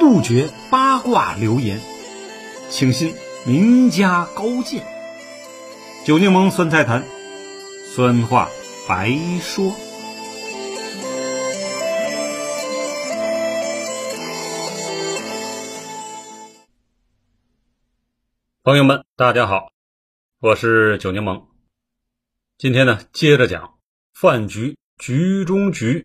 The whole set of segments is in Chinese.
杜绝八卦流言，请信名家高见。酒柠檬酸菜坛，酸话白说。朋友们大家好，我是酒柠檬。今天呢，接着讲饭局局中局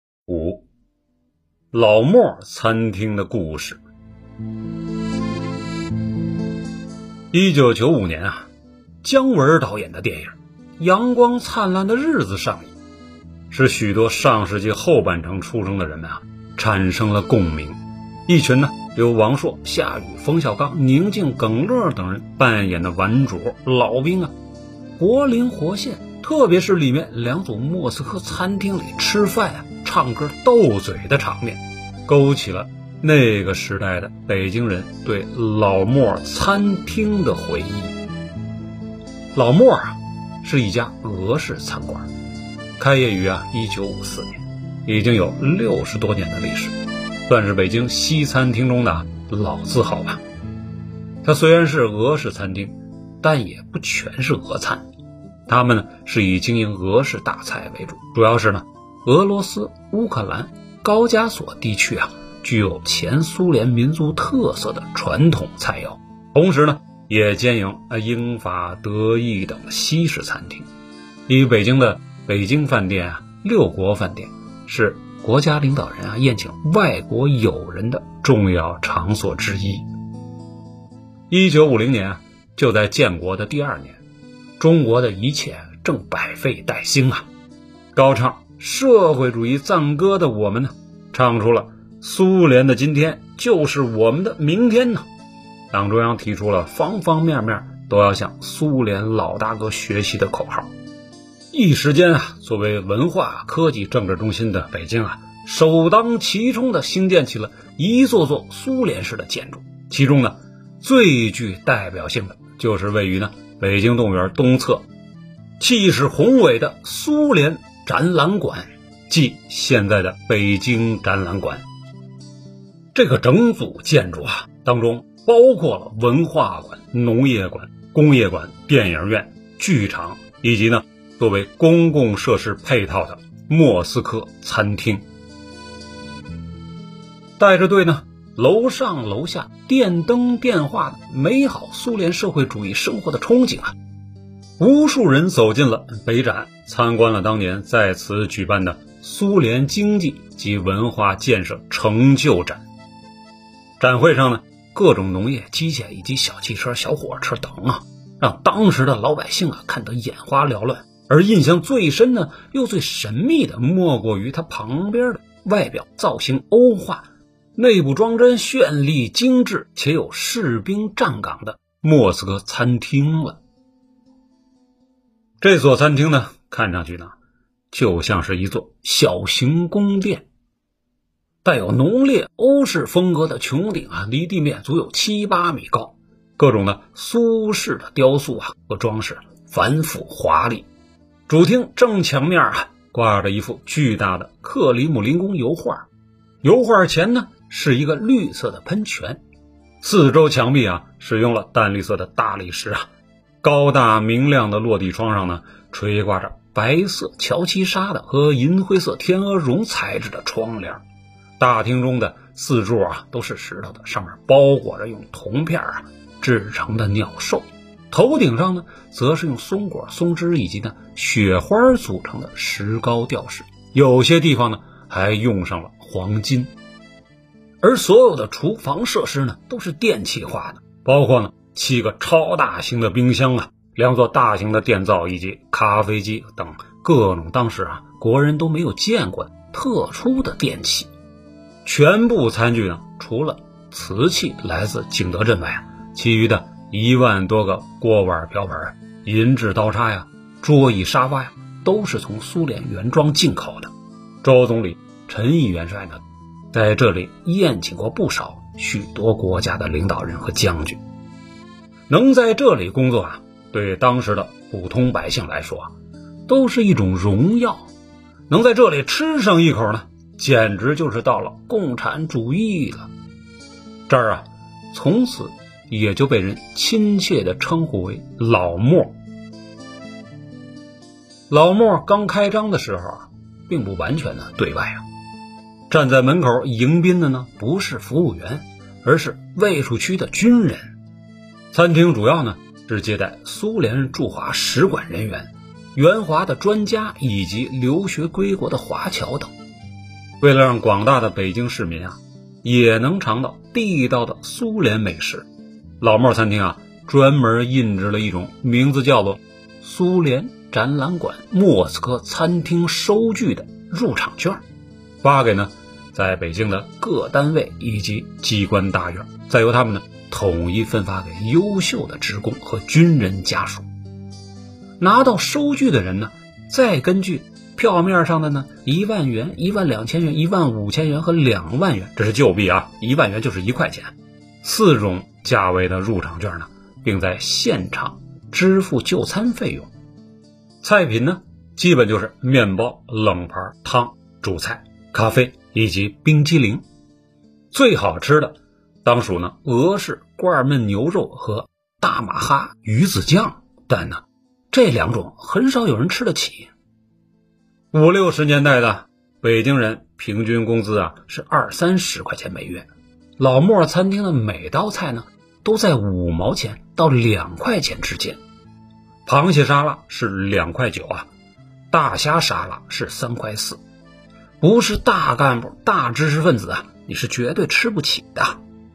5老莫餐厅的故事。1995年啊，姜文导演的电影《阳光灿烂的日子》上映，使许多上世纪后半程出生的人们啊产生了共鸣。一群呢由王朔、夏雨、冯小刚、宁静、耿乐等人扮演的顽主老兵啊，活灵活现。特别是里面两组莫斯科餐厅里吃饭啊、唱歌斗嘴的场面，勾起了那个时代的北京人对老莫餐厅的回忆。老莫啊是一家俄式餐馆，开业于1954年，已经有60多年的历史，算是北京西餐厅中的老字号吧。它虽然是俄式餐厅，但也不全是俄餐，他们呢是以经营俄式大菜为主，主要是呢俄罗斯、乌克兰、高加索地区啊具有前苏联民族特色的传统菜肴，同时呢也兼营英法德意等西式餐厅。以北京的北京饭店六国饭店是国家领导人宴请外国友人的重要场所之一。1950年就在建国的第2年，中国的一切正百废待兴高唱社会主义赞歌的我们呢，唱出了苏联的今天就是我们的明天呢。党中央提出了方方面面都要向苏联老大哥学习的口号。一时间作为文化科技政治中心的北京首当其冲地兴建起了一座座苏联式的建筑，其中呢最具代表性的就是位于北京动物园东侧气势宏伟的苏联展览馆，即现在的北京展览馆。这个整组建筑当中包括了文化馆、农业馆、工业馆、电影院、剧场，以及作为公共设施配套的莫斯科餐厅。带着对楼上楼下电灯电话的美好苏联社会主义生活的憧憬无数人走进了北展，参观了当年在此举办的苏联经济及文化建设成就展。展会上各种农业机械以及小汽车、小火车等让当时的老百姓看得眼花缭乱。而印象最深又最神秘的莫过于它旁边的外表造型欧化、内部装帧绚丽精致且有士兵站岗的莫斯科餐厅了。这所餐厅看上去就像是一座小型宫殿，带有浓烈欧式风格的穹顶离地面足有7、8米高，各种苏式的雕塑和装饰繁复华丽。主厅正墙面挂着一幅巨大的克里姆林宫油画，油画前是一个绿色的喷泉，四周墙壁使用了淡绿色的大理石高大明亮的落地窗上垂挂着白色乔其纱的和银灰色天鹅绒材质的窗帘。大厅中的四柱都是石头的，上面包裹着用铜片制成的鸟兽，头顶上则是用松果、松枝以及雪花组成的石膏吊饰，有些地方还用上了黄金。而所有的厨房设施都是电气化的，包括7个超大型的冰箱2座大型的电灶以及咖啡机等各种当时国人都没有见过特殊的电器。全部餐具除了瓷器来自景德镇外其余的1万多个锅碗瓢盆、银质刀叉桌椅沙发都是从苏联原装进口的。周总理、陈毅元帅在这里宴请过不少许多国家的领导人和将军。能在这里工作对当时的普通百姓来说都是一种荣耀，能在这里吃上一口简直就是到了共产主义了。 这儿啊，从此也就被人亲切地称呼为老莫。老莫刚开张的时候啊，并不完全的对外啊，站在门口迎宾的呢，不是服务员，而是卫戍区的军人。餐厅主要呢是接待苏联驻华使馆人员、援华的专家以及留学归国的华侨等。为了让广大的北京市民啊也能尝到地道的苏联美食，老莫餐厅啊专门印制了一种名字叫做苏联展览馆莫斯科餐厅收据的入场券，发给呢在北京的各单位以及机关大院，再由他们呢统一分发给优秀的职工和军人家属。拿到收据的人呢，再根据票面上的呢1万元、12000元、15000元和2万元，这是旧币啊，1万元就是1块钱，4种价位的入场券呢，并在现场支付就餐费用。菜品呢基本就是面包、冷盘、汤、主菜、咖啡以及冰激凌。最好吃的当属呢俄式罐焖牛肉和大马哈鱼子酱，但呢这2种很少有人吃得起。50、60年代的北京人平均工资啊是20-30块钱每月，老莫餐厅的每道菜呢都在5毛钱到2块钱之间。螃蟹沙拉是2块9啊，大虾沙拉是3块4，不是大干部、大知识分子啊，你是绝对吃不起的。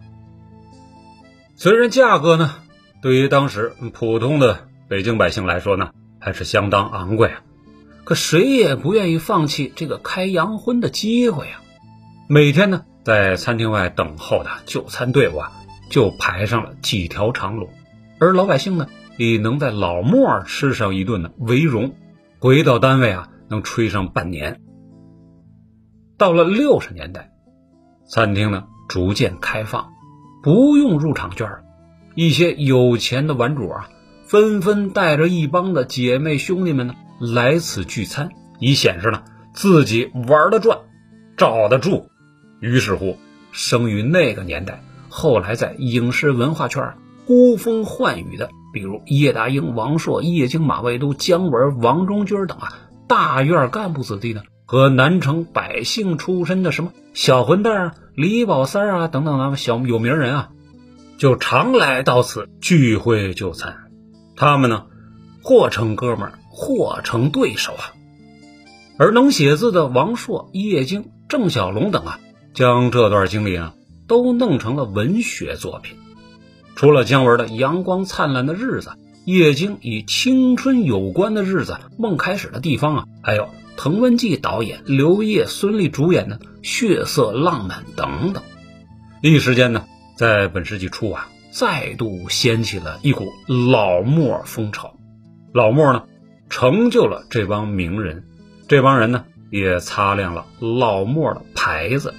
虽然价格呢，对于当时普通的北京百姓来说呢，还是相当昂贵啊，可谁也不愿意放弃这个开洋荤的机会啊。每天呢，在餐厅外等候的就餐队伍啊，就排上了几条长龙，而老百姓呢，以能在老莫吃上一顿呢为荣，回到单位啊能吹上半年。到了60年代，餐厅呢逐渐开放，不用入场券了，一些有钱的玩主啊纷纷带着一帮的姐妹兄弟们呢来此聚餐，以显示呢自己玩得转，罩得住。于是乎，生于那个年代，后来在影视文化圈呼风唤雨的，比如叶大鹰、王朔、叶京、马未都、姜文、王中军等啊大院干部子弟呢，和南城百姓出身的什么小混蛋啊、李宝三啊等等的小有名人啊，就常来到此聚会就餐。他们呢或成哥们儿，或成对手啊。而能写字的王朔、叶京、郑小龙等啊，将这段经历啊都弄成了文学作品。除了姜文的阳光灿烂的日子，叶京以青春有关的日子、梦开始的地方啊，还有滕文骥导演、刘烨、孙俪主演的血色浪漫等等。一时间呢，在本世纪初啊，再度掀起了一股老莫风潮。老莫呢成就了这帮名人，这帮人呢也擦亮了老莫的牌子。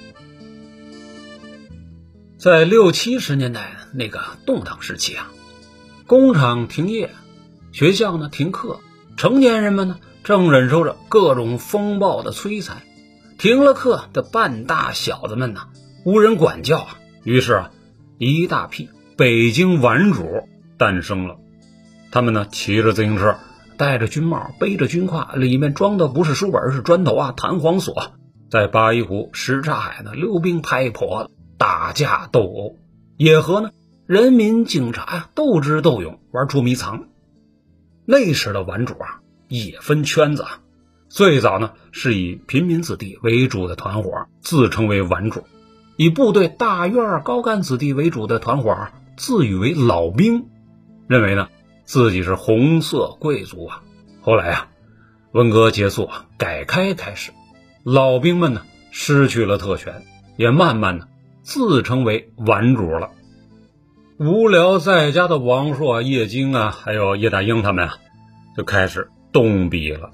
在60、70年代那个动荡时期啊，工厂停业，学校呢停课，成年人们呢正忍受着各种风暴的摧残，停了课的半大小子们呢无人管教啊，于是啊一大批北京顽主诞生了。他们呢骑着自行车，戴着军帽，背着军挎，里面装的不是书本而是砖头啊、弹簧锁，在八一湖、什刹海呢溜冰拍婆，打架斗殴，也和呢人民警察呀斗智斗勇，玩捉迷藏。那时的顽主啊也分圈子啊，最早呢是以平民子弟为主的团伙自称为顽主，以部队大院高干子弟为主的团伙自诩为老兵，认为呢自己是红色贵族啊。后来啊文革结束啊，改开开始，老兵们呢失去了特权，也慢慢的自称为顽主了。无聊在家的王朔、叶京啊，还有叶大鹰他们啊，就开始动笔了。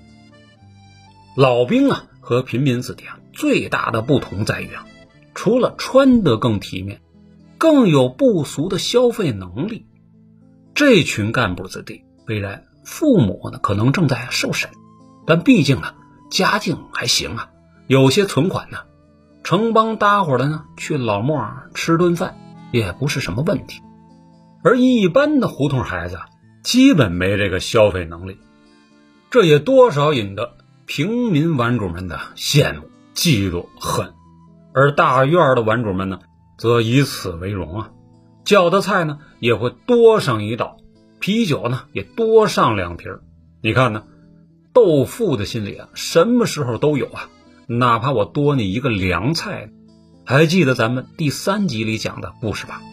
老兵啊和平民子弟啊最大的不同在于啊，除了穿得更体面，更有不俗的消费能力。这群干部子弟虽然父母呢可能正在受审，但毕竟呢家境还行啊，有些存款呢， 城邦搭伙的呢去老莫吃顿饭也不是什么问题。而一般的胡同孩子基本没这个消费能力，这也多少引得平民玩主们的羡慕、嫉妒、恨。而大院的玩主们呢，则以此为荣啊，叫的菜呢也会多上一道，啤酒呢也多上2瓶。你看呢，斗富的心理啊，什么时候都有啊，哪怕我多你一个凉菜。还记得咱们第3集里讲的故事吧？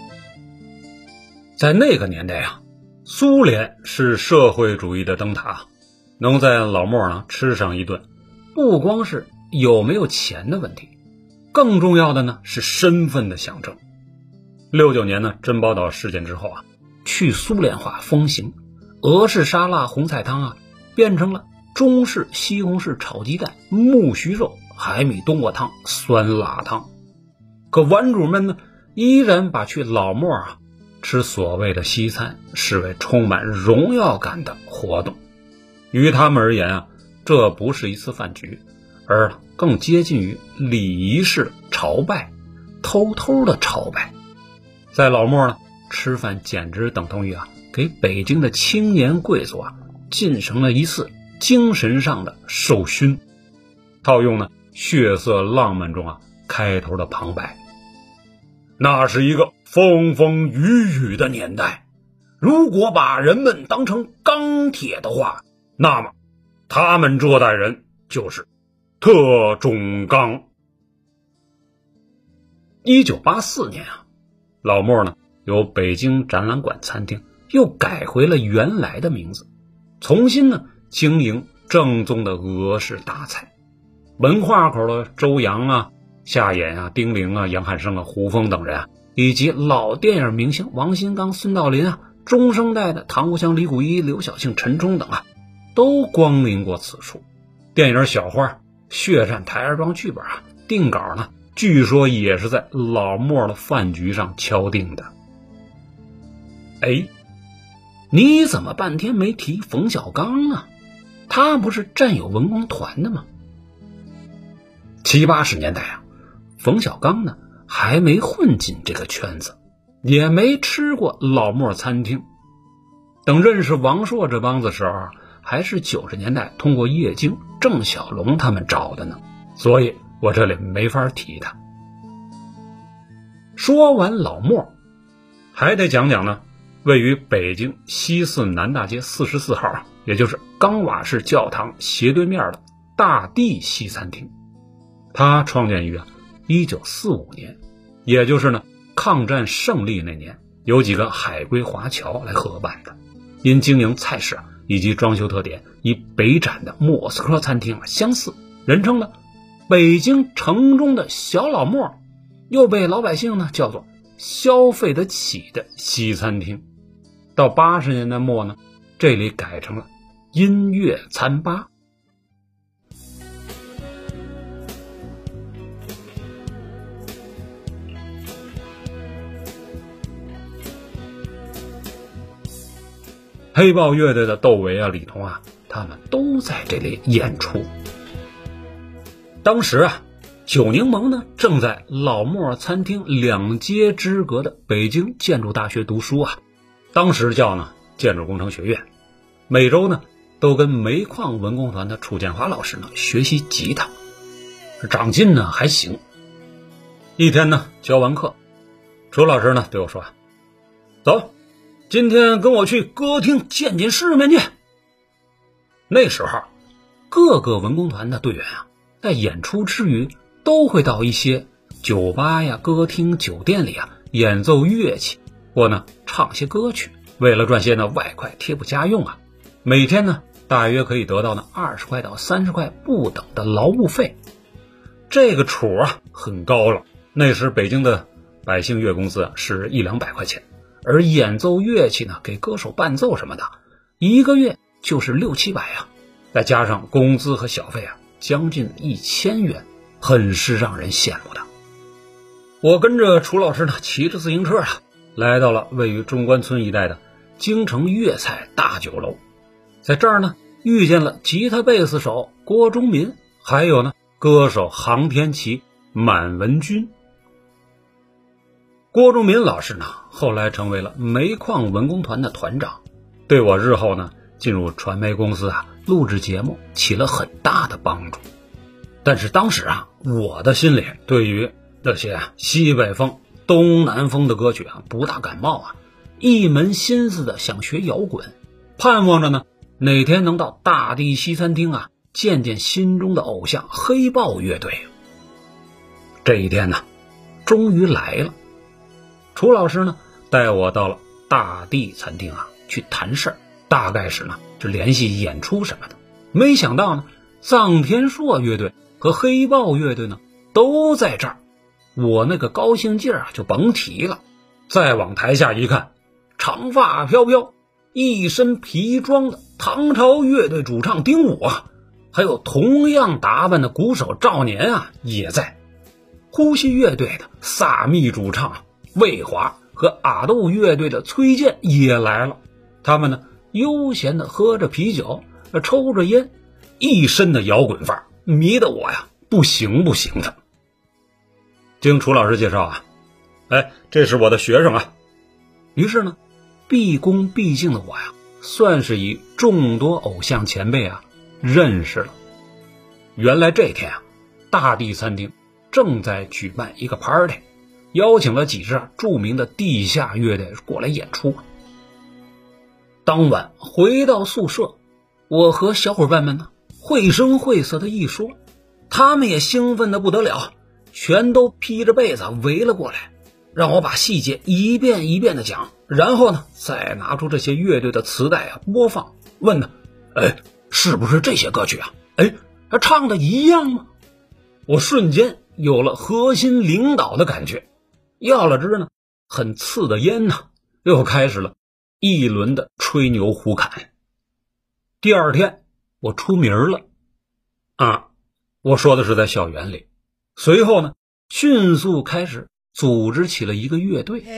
在那个年代啊，苏联是社会主义的灯塔，能在老莫呢吃上一顿，不光是有没有钱的问题，更重要的呢是身份的象征。69年呢珍宝岛事件之后啊，去苏联化风行，俄式沙拉红菜汤啊变成了中式西红柿炒鸡蛋、木须肉、海米冬瓜汤、酸辣汤。可玩主们呢依然把去老莫啊吃所谓的西餐视为充满荣耀感的活动。于他们而言啊，这不是一次饭局，而更接近于礼仪式朝拜，偷偷的朝拜。在老莫呢，吃饭简直等同于啊，给北京的青年贵族啊进行了一次精神上的受勋。套用呢血色浪漫中啊开头的旁白，那是一个风风雨雨的年代，如果把人们当成钢铁的话，那么他们这代人就是特种钢。1984年啊，老莫呢由北京展览馆餐厅又改回了原来的名字，重新呢经营正宗的俄式大菜。文化口的周扬啊、夏衍啊、丁玲啊、杨汉生啊、胡枫等人啊，以及老电影明星王新刚、孙道临啊，中生代的唐国强、李谷一、刘晓庆、陈冲等啊，都光临过此处。电影小花、血战台儿庄剧本啊，定稿呢，据说也是在老莫的饭局上敲定的。哎，你怎么半天没提冯小刚啊？他不是战友文工团的吗？70、80年代啊，冯小刚呢还没混进这个圈子，也没吃过老莫餐厅。等认识王朔这帮子时候，还是90年代通过叶京、郑晓龙他们找的呢，所以我这里没法提他。说完老莫，还得讲讲呢位于北京西四南大街44号，也就是钢瓦式教堂斜对面的大地西餐厅。它创建于1945年，也就是呢抗战胜利那年，有几个海归华侨来合办的。因经营菜式以及装修特点与北展的莫斯科餐厅相似，人称呢北京城中的小老莫，又被老百姓呢叫做消费得起的西餐厅。到80年代末呢，这里改成了音乐餐吧。黑豹乐队的窦唯啊、李彤啊，他们都在这里演出。当时啊，九柠檬呢正在老莫餐厅2街之隔的北京建筑大学读书啊，当时叫呢建筑工程学院，每周呢都跟煤矿文工团的楚建华老师呢学习吉他，长进呢还行。一天呢教完课，楚老师呢对我说：“走，今天跟我去歌厅见见世面去。”那时候各个文工团的队员啊，在演出之余都会到一些酒吧呀、歌厅、酒店里啊演奏乐器，或呢唱些歌曲，为了赚些呢外快贴补家用啊，每天呢大约可以得到呢20块到30块不等的劳务费。这个处啊很高了，那时北京的百姓月工资是100-200块钱，而演奏乐器呢给歌手伴奏什么的，一个月就是600-700啊，再加上工资和小费啊，将近1000元，很是让人羡慕的。我跟着楚老师呢骑着自行车啊，来到了位于中关村一带的京城粤菜大酒楼，在这儿呢遇见了吉他贝斯手郭忠民，还有呢歌手杭天琪、 满文军。郭忠民老师呢，后来成为了煤矿文工团的团长，对我日后呢进入传媒公司录制节目起了很大的帮助。但是当时我的心里对于这些西北风东南风的歌曲不大感冒一门心思的想学摇滚，盼望着呢哪天能到大地西餐厅见见心中的偶像黑豹乐队。这一天呢终于来了，楚老师呢带我到了大地餐厅去谈事儿，大概是联系演出什么的。没想到呢臧天朔乐队和黑豹乐队呢都在这儿，我那个高兴劲儿就甭提了。再往台下一看，长发飘飘一身皮装的唐朝乐队主唱丁武还有同样打扮的鼓手赵年也在。呼吸乐队的萨密主唱魏华和阿斗乐队的崔健也来了，他们呢悠闲的喝着啤酒抽着烟，一身的摇滚范儿，迷得我不行不行的。经楚老师介绍这是我的学生于是呢毕恭毕敬的我算是与众多偶像前辈认识了。原来这天大地餐厅正在举办一个 party， 邀请了几支著名的地下乐队过来演出。当晚回到宿舍，我和小伙伴们呢绘声绘色的一说，他们也兴奋的不得了，全都披着被子围了过来，让我把细节一遍一遍的讲，然后呢再拿出这些乐队的磁带播放，问呢是不是这些歌曲唱的一样吗？我瞬间有了核心领导的感觉，要了支呢很刺的烟又开始了一轮的吹牛胡侃。第二天我出名了我说的是在校园里。随后呢迅速开始组织起了一个乐队。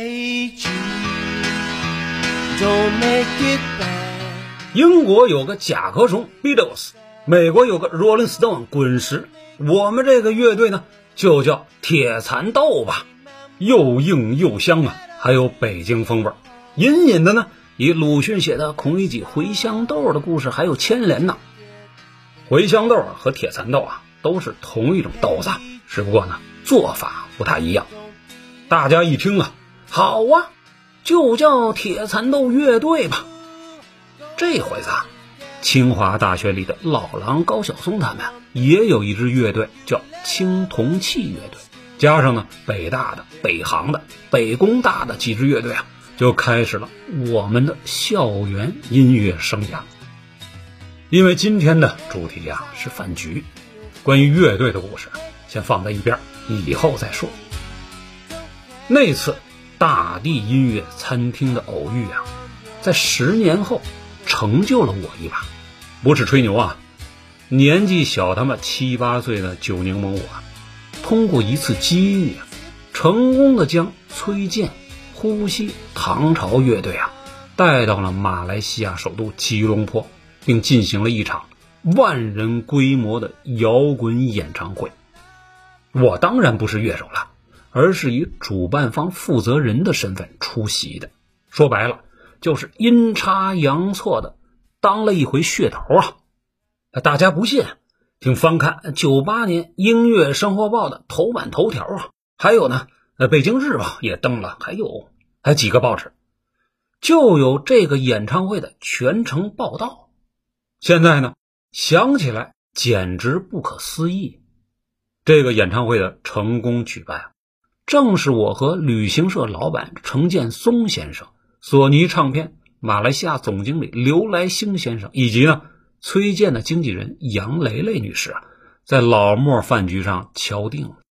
英国有个甲壳虫 Beatles， 美国有个 Rolling Stone 滚石，我们这个乐队呢就叫铁蚕豆吧，又硬又香还有北京风味，隐隐的呢以鲁迅写的孔乙己茴香豆的故事还有牵连呢。茴香豆和铁蚕豆都是同一种豆子，只不过呢做法不太一样。大家一听好就叫铁蚕豆乐队吧。这回子清华大学里的老狼高晓松他们也有一支乐队叫青铜器乐队，加上呢北大的北航的北工大的几支乐队就开始了我们的校园音乐生涯。因为今天的主题是饭局，关于乐队的故事先放在一边，以后再说。那次大地音乐餐厅的偶遇在10年后成就了我一把。不是吹牛年纪小他妈7、8岁的九柠檬我通过一次机遇成功的将崔健、呼吸、唐朝乐队带到了马来西亚首都吉隆坡，并进行了一场万人规模的摇滚演唱会。我当然不是乐手了，而是以主办方负责人的身份出席的，说白了就是阴差阳错的当了一回噱头大家不信，请翻看98年音乐生活报的头版头条还有呢北京日报也登了，还几个报纸就有这个演唱会的全程报道。现在呢想起来简直不可思议。这个演唱会的成功举办正是我和旅行社老板程建松先生、索尼唱片马来西亚总经理刘来兴先生以及呢崔健的经纪人杨蕾蕾女士在老莫饭局上敲定了。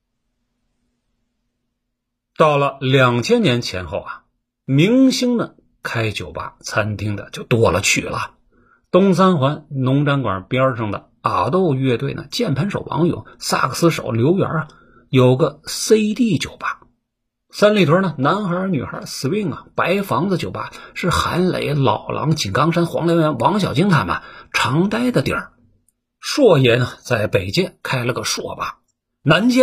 到了2000年前后明星们开酒吧餐厅的就多了去了。东三环农展馆边上的阿斗乐队呢，键盘手王勇、萨克斯手刘源有个 CD 酒吧。三里屯呢，男孩女孩 swing 白房子酒吧是韩磊、老狼、井冈山、黄良源、王小晶他们常待的地儿。硕爷呢在北街开了个硕吧，南街呢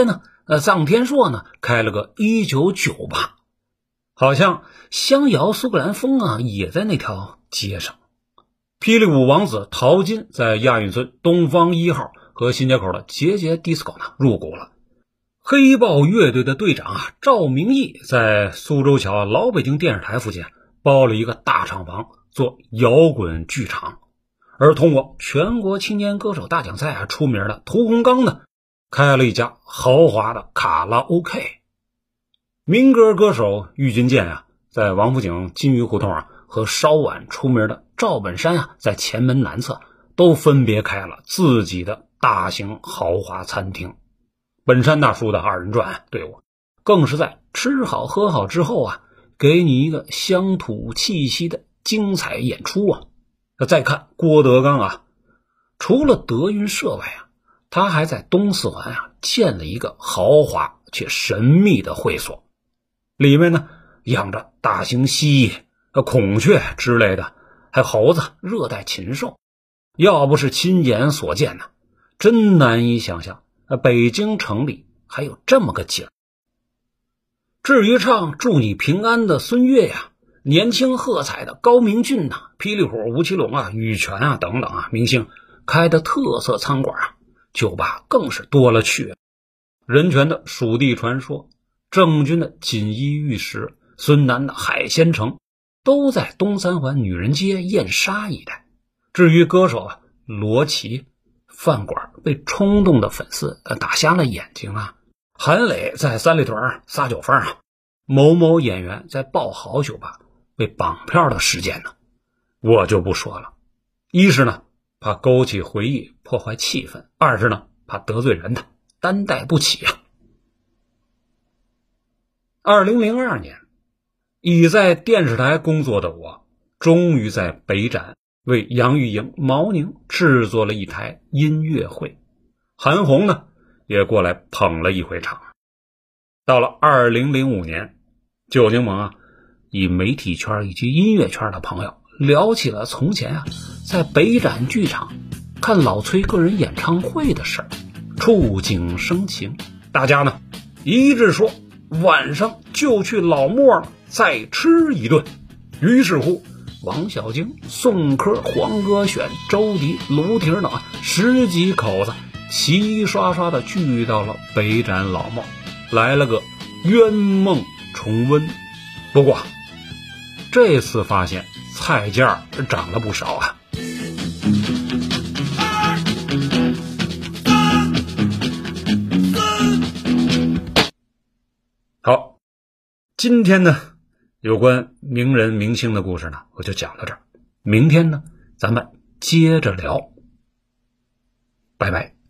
臧天朔呢开了个1998，好像襄瑶苏格兰风啊也在那条街上。霹雳舞王子陶金在亚运村东方1号和新街口的节节 disco 呢入股了。黑豹乐队的队长啊赵明义在苏州桥老北京电视台附近包了一个大厂房做摇滚剧场。而通过全国青年歌手大奖赛啊出名的屠洪刚呢开了一家豪华的卡拉 OK。 民歌歌手郁钧剑啊在王府井金鱼胡同啊和稍晚出名的赵本山啊在前门南侧都分别开了自己的大型豪华餐厅。本山大叔的2人转队伍更是在吃好喝好之后啊给你一个乡土气息的精彩演出啊。再看郭德纲啊，除了德云社外啊，他还在东四环啊建了一个豪华却神秘的会所，里面呢养着大型蜥蜴、孔雀之类的，还有猴子、热带禽兽。要不是亲眼所见呢，真难以想象北京城里还有这么个景。至于唱祝你平安的孙越呀，年轻喝彩的高明骏呐，霹雳虎吴奇隆啊、羽泉啊等等啊明星开的特色餐馆啊，酒吧更是多了去了。任泉的蜀地传说，郑钧的锦衣玉食，孙楠的海鲜城，都在东三环女人街燕莎一带。至于歌手啊罗琦，饭馆被冲动的粉丝打瞎了眼睛啊，韩磊在三里屯撒酒疯啊，某某演员在爆豪酒吧被绑票的事件呢，我就不说了。一是呢怕勾起回忆破坏气氛，二是呢怕得罪人呢担待不起啊。2002年，已在电视台工作的我，终于在北展为杨钰莹、毛宁制作了一台音乐会，韩红呢也过来捧了一回场。到了2005年，旧柠檬啊以媒体圈以及音乐圈的朋友聊起了从前啊在北展剧场看老崔个人演唱会的事儿，触景生情，大家呢一致说晚上就去老莫了再吃一顿。于是乎王小晶、宋柯、黄歌选、周迪、卢婷等10几口子齐刷刷的聚到了北展老莫，来了个圆梦重温。不过这次发现菜价涨了不少啊。好，今天呢有关名人明星的故事呢我就讲到这儿，明天呢咱们接着聊，拜拜。